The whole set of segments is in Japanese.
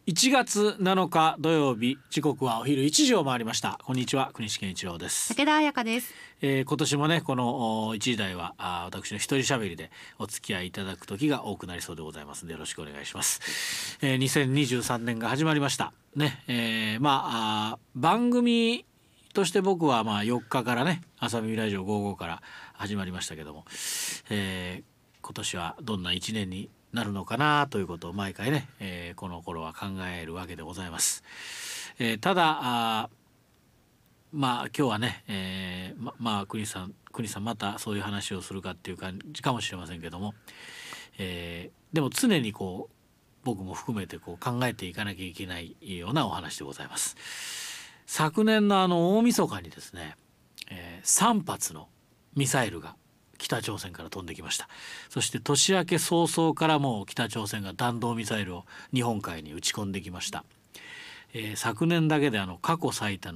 1月7日土曜日、時刻はお昼1時を回りました。こんにちは、国士健一郎です。 武田彩香です。 今年もね、この1時台は私の一人喋りでお付き合いいただく時が多くなりそうでございますので、よろしくお願いします。2023年が始まりましたね。番組として僕は4日からね、朝耳ラジオ55から始まりましたけども、今年はどんな1年になるのかなということを毎回ね、この頃は考えるわけでございます。ただ今日はね、国さんまたそういう話をするかっていう感じかもしれませんけども、でも常にこう僕も含めてこう考えていかなきゃいけないようなお話でございます。昨年の大晦日にですね、3発のミサイルが北朝鮮から飛んできました。そして年明け早々からもう北朝鮮が弾道ミサイルを日本海に撃ち込んできました。昨年だけで過去最多の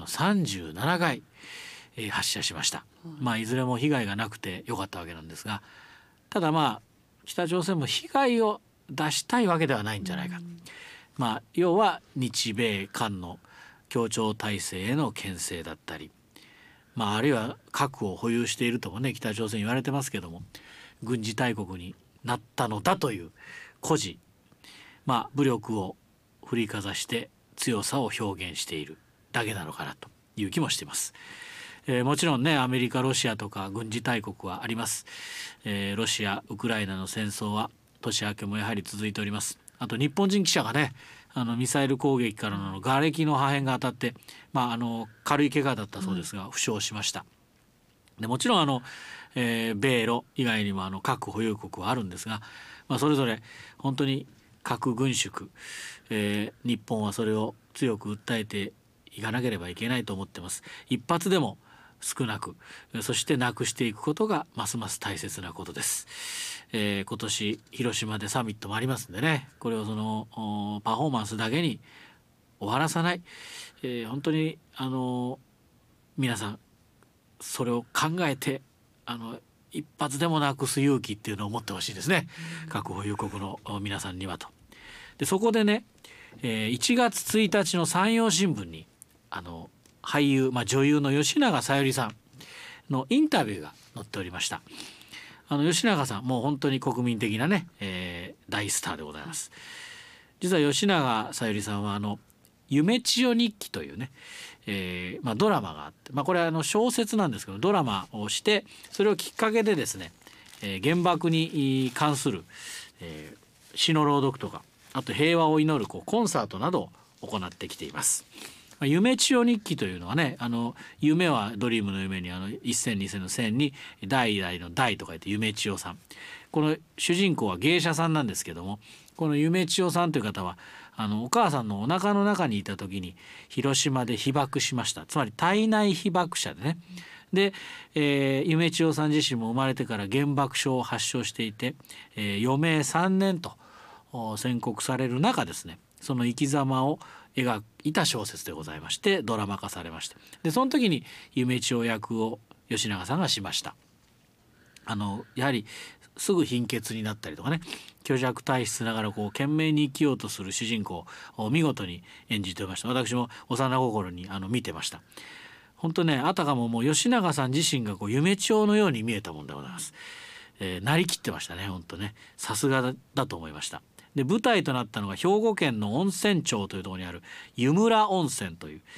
37回、発射しました。いずれも被害がなくてよかったわけなんですが、ただ北朝鮮も被害を出したいわけではないんじゃないか。要は日米韓の協調体制への牽制だったり、あるいは核を保有しているともね、北朝鮮言われてますけども、軍事大国になったのだという誇示、武力を振りかざして強さを表現しているだけなのかなという気もしています。もちろんね、アメリカ、ロシアとか軍事大国はあります。ロシア、ウクライナの戦争は年明けもやはり続いております。あと日本人記者がね、ミサイル攻撃からの瓦礫の破片が当たって、軽い怪我だったそうですが、負傷しました。でもちろん米ロ以外にも核保有国はあるんですが、それぞれ本当に核軍縮、日本はそれを強く訴えていかなければいけないと思ってます。一発でも少なく、そしてなくしていくことがますます大切なことです。今年広島でサミットもありますんでね、これをそのパフォーマンスだけに終わらさない、本当に皆さんそれを考えて一発でもなくす勇気っていうのを持ってほしいですね。核保有国の皆さんにはと。でそこでね、1月1日の山陽新聞に俳優、女優の吉永小百合さんのインタビューが載っておりました。吉永さんもう本当に国民的なね、大スターでございます。実は吉永小百合さんは夢千代日記というね、ドラマがあって、これは小説なんですけど、ドラマをしてそれをきっかけでですね、原爆に関する、詩の朗読とか、あと平和を祈るコンサートなどを行ってきています。夢千代日記というのはね、夢はドリームの夢に一線二線の線に代々の代と書いて夢千代さん。この主人公は芸者さんなんですけども、この夢千代さんという方はお母さんのお腹の中にいた時に広島で被爆しました。つまり体内被爆者でね。で、夢千代さん自身も生まれてから原爆症を発症していて、余命3年と宣告される中ですね、その生き様を描いた小説でございまして、ドラマ化されまして、でその時に夢千代役を吉永さんがしました。やはりすぐ貧血になったりとかね、虚弱体質ながら懸命に生きようとする主人公を見事に演じていました。私も幼心に見てました。本当ね、あたかももう吉永さん自身が夢千代のように見えたもんでございます。なりきってましたね。本当ね、さすがだと思いました。で舞台となったのが兵庫県の温泉町というところにある湯村温泉という、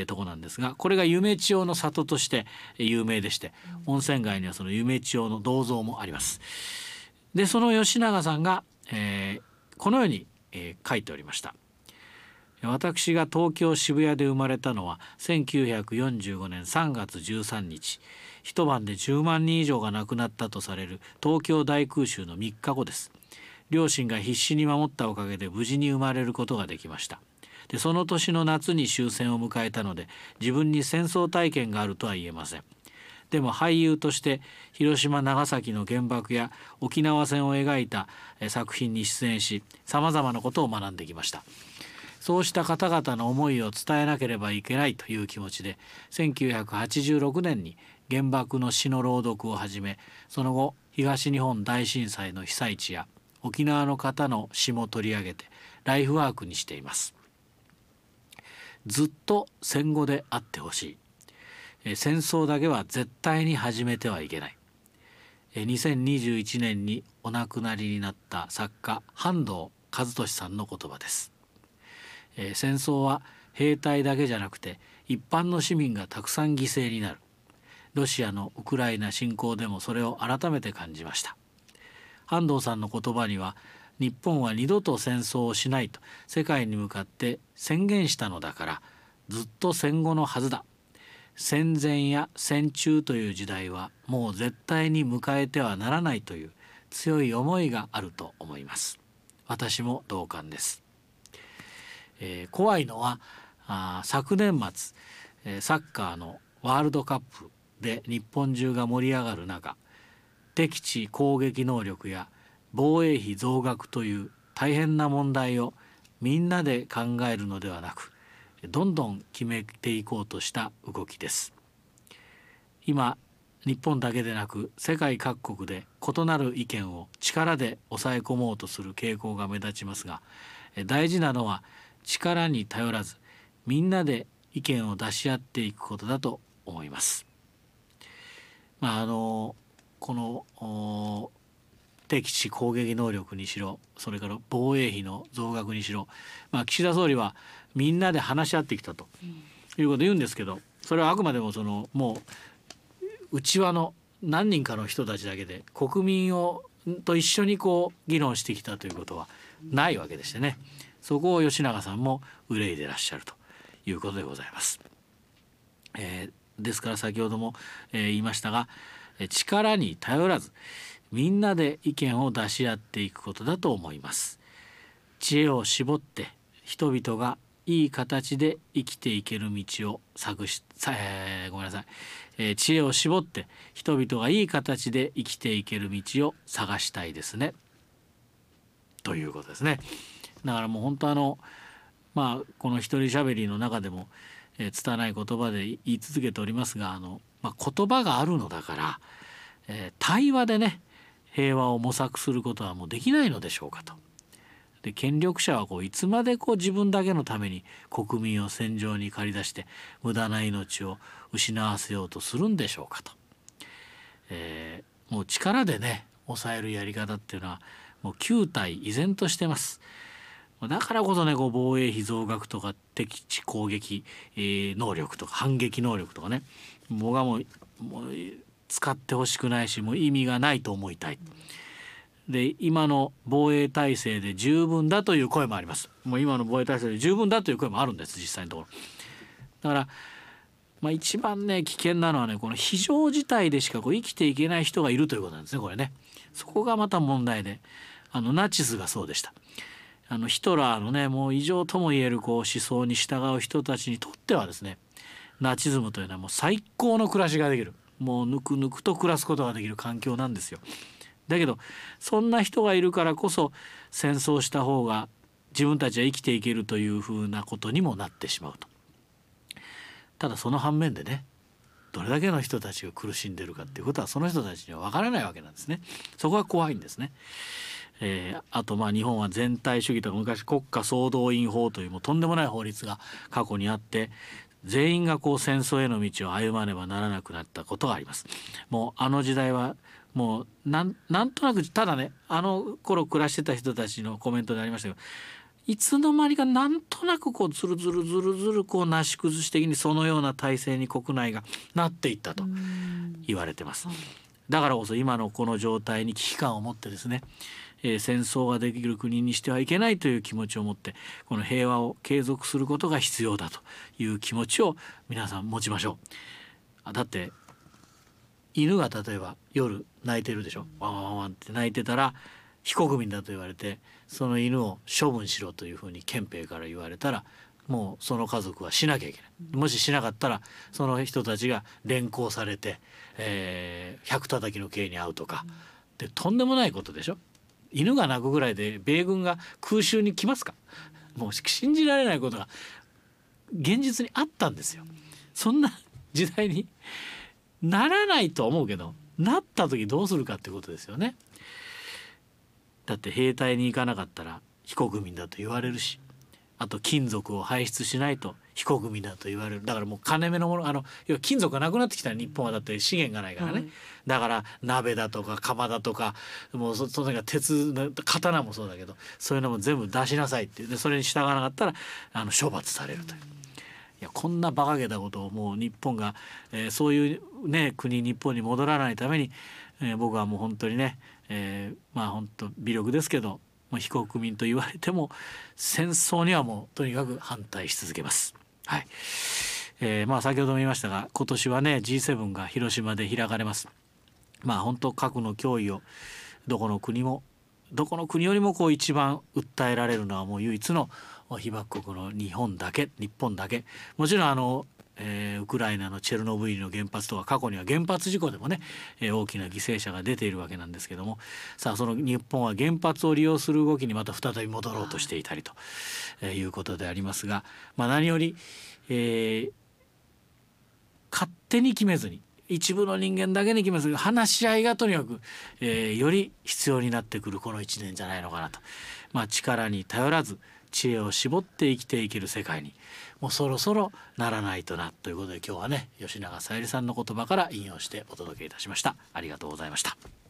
ところなんですが、これが夢千代の里として有名でして、温泉街にはその夢千代の銅像もあります。でその吉永さんが、このように、書いておりました。私が東京渋谷で生まれたのは1945年3月13日、一晩で10万人以上が亡くなったとされる東京大空襲の3日後です。両親が必死に守ったおかげで無事に生まれることができました。でその年の夏に終戦を迎えたので、自分に戦争体験があるとは言えません。でも俳優として広島長崎の原爆や沖縄戦を描いた作品に出演し、さまざまなことを学んできました。そうした方々の思いを伝えなければいけないという気持ちで、1986年に原爆の詩の朗読を始め、その後東日本大震災の被災地や沖縄の方の詩も取り上げてライフワークにしています。ずっと戦後であってほしい。戦争だけは絶対に始めてはいけない。2021年にお亡くなりになった作家半藤一利さんの言葉です。戦争は兵隊だけじゃなくて一般の市民がたくさん犠牲になる。ロシアのウクライナ侵攻でもそれを改めて感じました。半藤さんの言葉には、日本は二度と戦争をしないと世界に向かって宣言したのだから、ずっと戦後のはずだ。戦前や戦中という時代はもう絶対に迎えてはならないという強い思いがあると思います。私も同感です。怖いのは昨年末、サッカーのワールドカップで日本中が盛り上がる中、敵地攻撃能力や防衛費増額という大変な問題をみんなで考えるのではなく、どんどん決めていこうとした動きです。今日本だけでなく世界各国で異なる意見を力で抑え込もうとする傾向が目立ちますが、大事なのは力に頼らずみんなで意見を出し合っていくことだと思います。この敵地攻撃能力にしろ、それから防衛費の増額にしろ、岸田総理はみんなで話し合ってきたということを言うんですけど、それはあくまでももう内輪の何人かの人たちだけで国民と一緒に議論してきたということはないわけでしてね、そこを吉永さんも憂いでいらっしゃるということでございます。ですから先ほども、言いましたが、力に頼らずみんなで意見を出し合っていくことだと思います。知恵を絞って人々がいい形で生きていける道を知恵を絞って人々がいい形で生きていける道を探したいですね、ということですね。だからもう本当この一人しゃべりの中でも、拙い言葉で言い続けておりますが、言葉があるのだから、対話でね平和を模索することはもうできないのでしょうかと。で権力者はいつまで自分だけのために国民を戦場に駆り出して無駄な命を失わせようとするんでしょうかと。もう力でね抑えるやり方っていうのはもう旧態依然としてます。だからこそね防衛費増額とか敵地攻撃、能力とか反撃能力とかね、僕はもう使ってほしくないし、もう意味がないと思いたい。で今の防衛体制で十分だという声もあります。もう今の防衛体制で十分だという声もあるんです、実際のところ。だから一番ね危険なのはね、この非常事態でしか生きていけない人がいるということなんですね、これね。そこがまた問題で、ナチスがそうでした。ヒトラーのねもう異常ともいえる思想に従う人たちにとってはですね、ナチズムというのはもう最高の暮らしができる、もうぬくぬくと暮らすことができる環境なんですよ。だけどそんな人がいるからこそ戦争した方が自分たちは生きていけるというふうなことにもなってしまうと。ただその反面でね、どれだけの人たちが苦しんでいるかっていうことはその人たちには分からないわけなんですね。そこが怖いんですね。あと日本は全体主義とか昔国家総動員法というもうとんでもない法律が過去にあって、全員が戦争への道を歩まねばならなくなったことがあります。もう時代はもうなんとなく、ただね頃暮らしてた人たちのコメントでありましたけど、いつの間にかなんとなくずるずるなし崩し的にそのような体制に国内がなっていったと言われてます。だからこそ今のこの状態に危機感を持ってですね、戦争ができる国にしてはいけないという気持ちを持ってこの平和を継続することが必要だという気持ちを皆さん持ちましょう。だって犬が例えば夜泣いてるでしょ、ワンワンワンって泣いてたら非国民だと言われて、その犬を処分しろというふうに憲兵から言われたら、もうその家族はしなきゃいけない。もししなかったらその人たちが連行されて、百叩きの刑に遭うとかで、とんでもないことでしょ。犬が鳴くぐらいで米軍が空襲に来ますか。もう信じられないことが現実にあったんですよ。そんな時代にならないと思うけど、なった時どうするかってことですよね。だって兵隊に行かなかったら非国民だと言われるし、あと金属を排出しないと非国民だと言われる。だからもう金目のもの、要は金属がなくなってきたら日本はだって資源がないからね、 はい、 だから鍋だとか釜だとか、もうそれが鉄、刀もそうだけど、そういうのも全部出しなさいっていうで、それに従わなかったら処罰されるという。いや、こんな馬鹿げたことをもう日本が、そういうね国、日本に戻らないために、僕はもう本当にね、まあ本当微力ですけど、もう非国民と言われても戦争にはもうとにかく反対し続けます。はい。まあ先ほども言いましたが、今年はね G7 が広島で開かれます。まあ本当核の脅威をどこの国よりもこう一番訴えられるのはもう唯一の被爆国の日本だけ。もちろんウクライナのチェルノブイリの原発とか、過去には原発事故でもね、大きな犠牲者が出ているわけなんですけども、さあその日本は原発を利用する動きにまた再び戻ろうとしていたりと、いうことでありますが、まあ、何より、勝手に決めずに、一部の人間だけに決めずに話し合いがとにかく、より必要になってくるこの1年じゃないのかなと。まあ、力に頼らず知恵を絞って生きていける世界にもうそろそろならないとなということで、今日はね吉永小百合さんの言葉から引用してお届けいたしました。ありがとうございました。